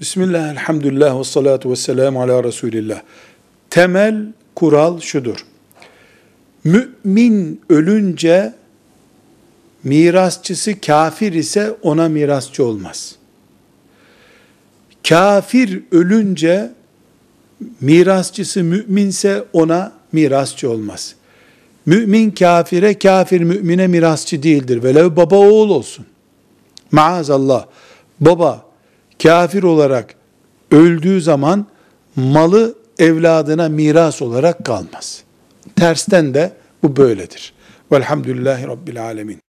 Bismillah, elhamdülillah, ve salatu ve selamu ala Resulillah. Temel kural şudur. Mümin ölünce mirasçısı kafir ise ona mirasçı olmaz. Kafir ölünce mirasçısı müminse ona mirasçı olmaz. Mümin kafire, kafir mümine mirasçı değildir. Velev baba oğul olsun. Maazallah. Baba kafir olarak öldüğü zaman malı evladına miras olarak kalmaz. Tersten de bu böyledir. Velhamdülillahi Rabbil alemin.